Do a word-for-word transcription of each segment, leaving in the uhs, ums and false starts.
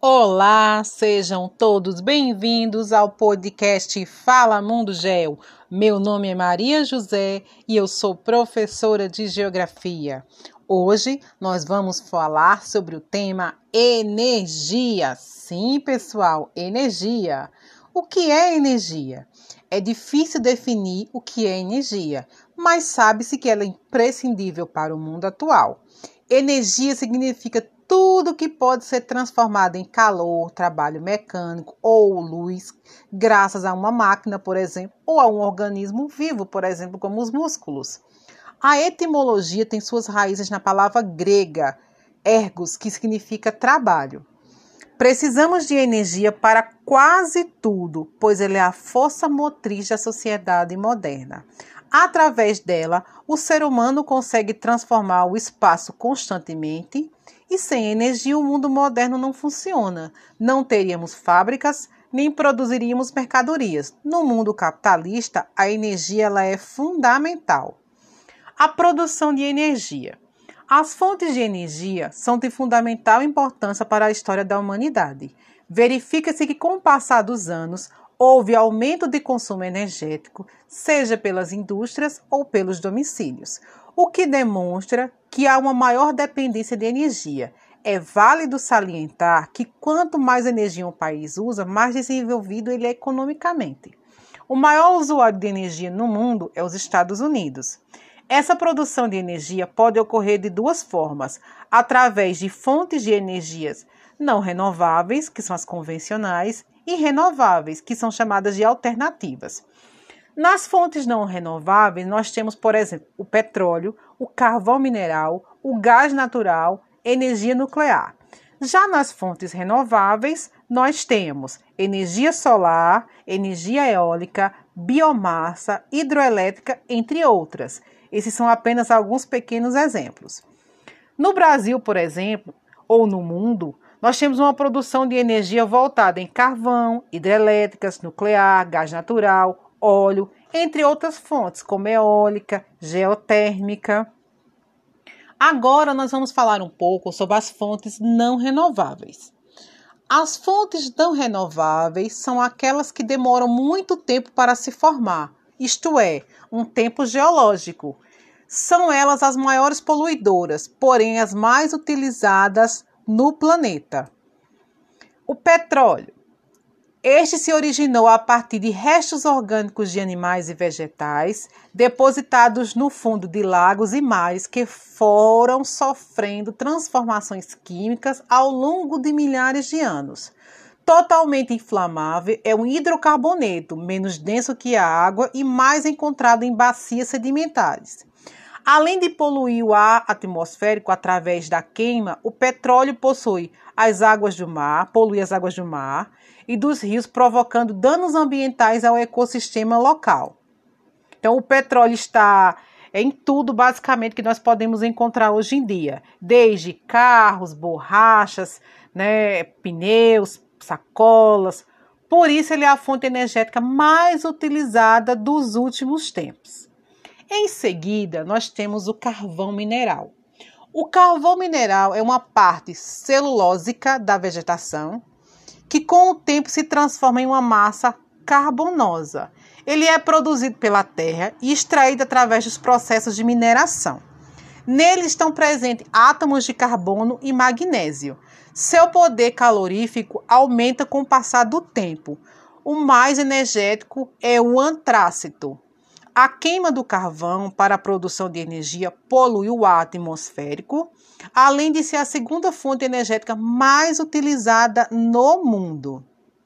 Olá, sejam todos bem-vindos ao podcast Fala Mundo Geo. Meu nome é Maria José e eu sou professora de Geografia. Hoje nós vamos falar sobre o tema energia. Sim, pessoal, energia. O que é energia? É difícil definir o que é energia, mas sabe-se que ela é imprescindível para o mundo atual. Energia significa tudo que pode ser transformado em calor, trabalho mecânico ou luz, graças a uma máquina, por exemplo, ou a um organismo vivo, por exemplo, como os músculos. A etimologia tem suas raízes na palavra grega, ergos, que significa trabalho. Precisamos de energia para quase tudo, pois ela é a força motriz da sociedade moderna. Através dela, o ser humano consegue transformar o espaço constantemente e sem energia o mundo moderno não funciona. Não teríamos fábricas, nem produziríamos mercadorias. No mundo capitalista, a energia ela é fundamental. A produção de energia. As fontes de energia são de fundamental importância para a história da humanidade. Verifica-se que, com o passar dos anos, houve aumento de consumo energético, seja pelas indústrias ou pelos domicílios, o que demonstra que há uma maior dependência de energia. É válido salientar que quanto mais energia um país usa, mais desenvolvido ele é economicamente. O maior usuário de energia no mundo é os Estados Unidos. Essa produção de energia pode ocorrer de duas formas, através de fontes de energias não renováveis, que são as convencionais, e renováveis, que são chamadas de alternativas. Nas fontes não renováveis, nós temos, por exemplo, o petróleo, o carvão mineral, o gás natural, energia nuclear. Já nas fontes renováveis, nós temos energia solar, energia eólica, biomassa, hidroelétrica, entre outras. Esses são apenas alguns pequenos exemplos. No Brasil, por exemplo, ou no mundo, nós temos uma produção de energia voltada em carvão, hidrelétricas, nuclear, gás natural, óleo, entre outras fontes, como eólica, geotérmica. Agora nós vamos falar um pouco sobre as fontes não renováveis. As fontes não renováveis são aquelas que demoram muito tempo para se formar, isto é, um tempo geológico. São elas as maiores poluidoras, porém as mais utilizadas no planeta. O petróleo. Este se originou a partir de restos orgânicos de animais e vegetais depositados no fundo de lagos e mares que foram sofrendo transformações químicas ao longo de milhares de anos. Totalmente inflamável, é um hidrocarboneto, menos denso que a água e mais encontrado em bacias sedimentares. Além de poluir o ar atmosférico através da queima, o petróleo possui as águas do mar, polui as águas do mar e dos rios, provocando danos ambientais ao ecossistema local. Então, o petróleo está em tudo, basicamente, que nós podemos encontrar hoje em dia, desde carros, borrachas, né, pneus, sacolas. Por isso, ele é a fonte energética mais utilizada dos últimos tempos. Em seguida, nós temos o carvão mineral. O carvão mineral é uma parte celulósica da vegetação que, com o tempo, se transforma em uma massa carbonosa. Ele é produzido pela terra e extraído através dos processos de mineração. Nele estão presentes átomos de carbono e magnésio. Seu poder calorífico aumenta com o passar do tempo. O mais energético é o antrácito. A queima do carvão para a produção de energia polui o ar atmosférico, além de ser a segunda fonte energética mais utilizada no mundo.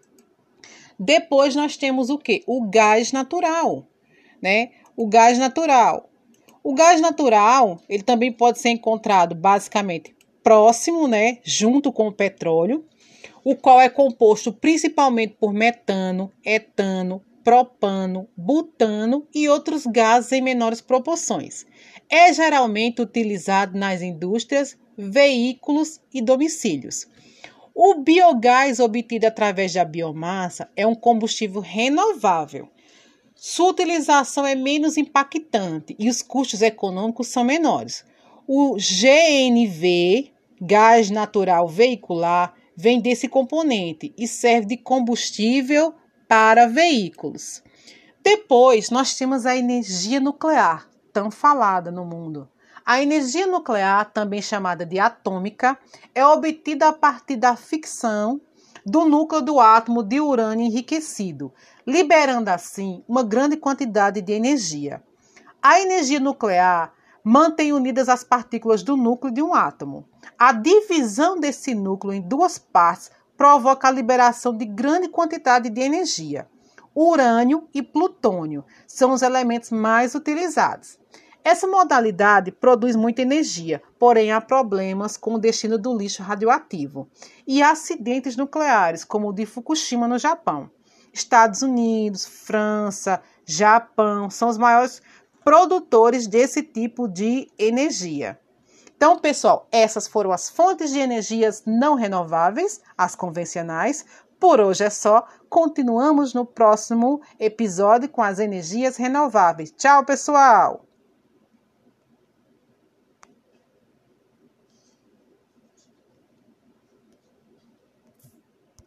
Depois nós temos o quê? O gás natural, né? O gás natural. O gás natural, ele também pode ser encontrado basicamente próximo, né, junto com o petróleo, o qual é composto principalmente por metano, etano, propano, butano e outros gases em menores proporções. É geralmente utilizado nas indústrias, veículos e domicílios. O biogás obtido através da biomassa é um combustível renovável. Sua utilização é menos impactante e os custos econômicos são menores. O G N V, gás natural veicular, vem desse componente e serve de combustível para veículos. Depois, nós temos a energia nuclear, tão falada no mundo. A energia nuclear, também chamada de atômica, é obtida a partir da fissão do núcleo do átomo de urânio enriquecido, liberando assim uma grande quantidade de energia. A energia nuclear mantém unidas as partículas do núcleo de um átomo. A divisão desse núcleo em duas partes provoca a liberação de grande quantidade de energia. Urânio e plutônio são os elementos mais utilizados. Essa modalidade produz muita energia, porém há problemas com o destino do lixo radioativo e acidentes nucleares, como o de Fukushima no Japão. Estados Unidos, França, Japão são os maiores produtores desse tipo de energia. Então, pessoal, essas foram as fontes de energias não renováveis, as convencionais. Por hoje é só. Continuamos no próximo episódio com as energias renováveis. Tchau, pessoal!